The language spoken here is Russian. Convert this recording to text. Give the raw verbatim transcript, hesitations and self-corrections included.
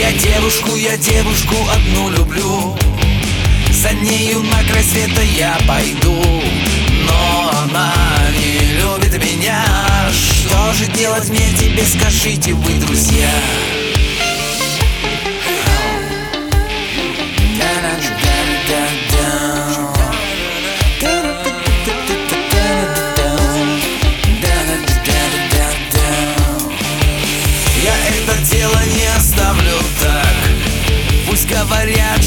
Я девушку, я девушку одну люблю, за нею на край света я пойду. Но она не любит меня. Что же делать мне тебе, скажите вы, друзья? Я это дело не оставлю так. Пусть говорят,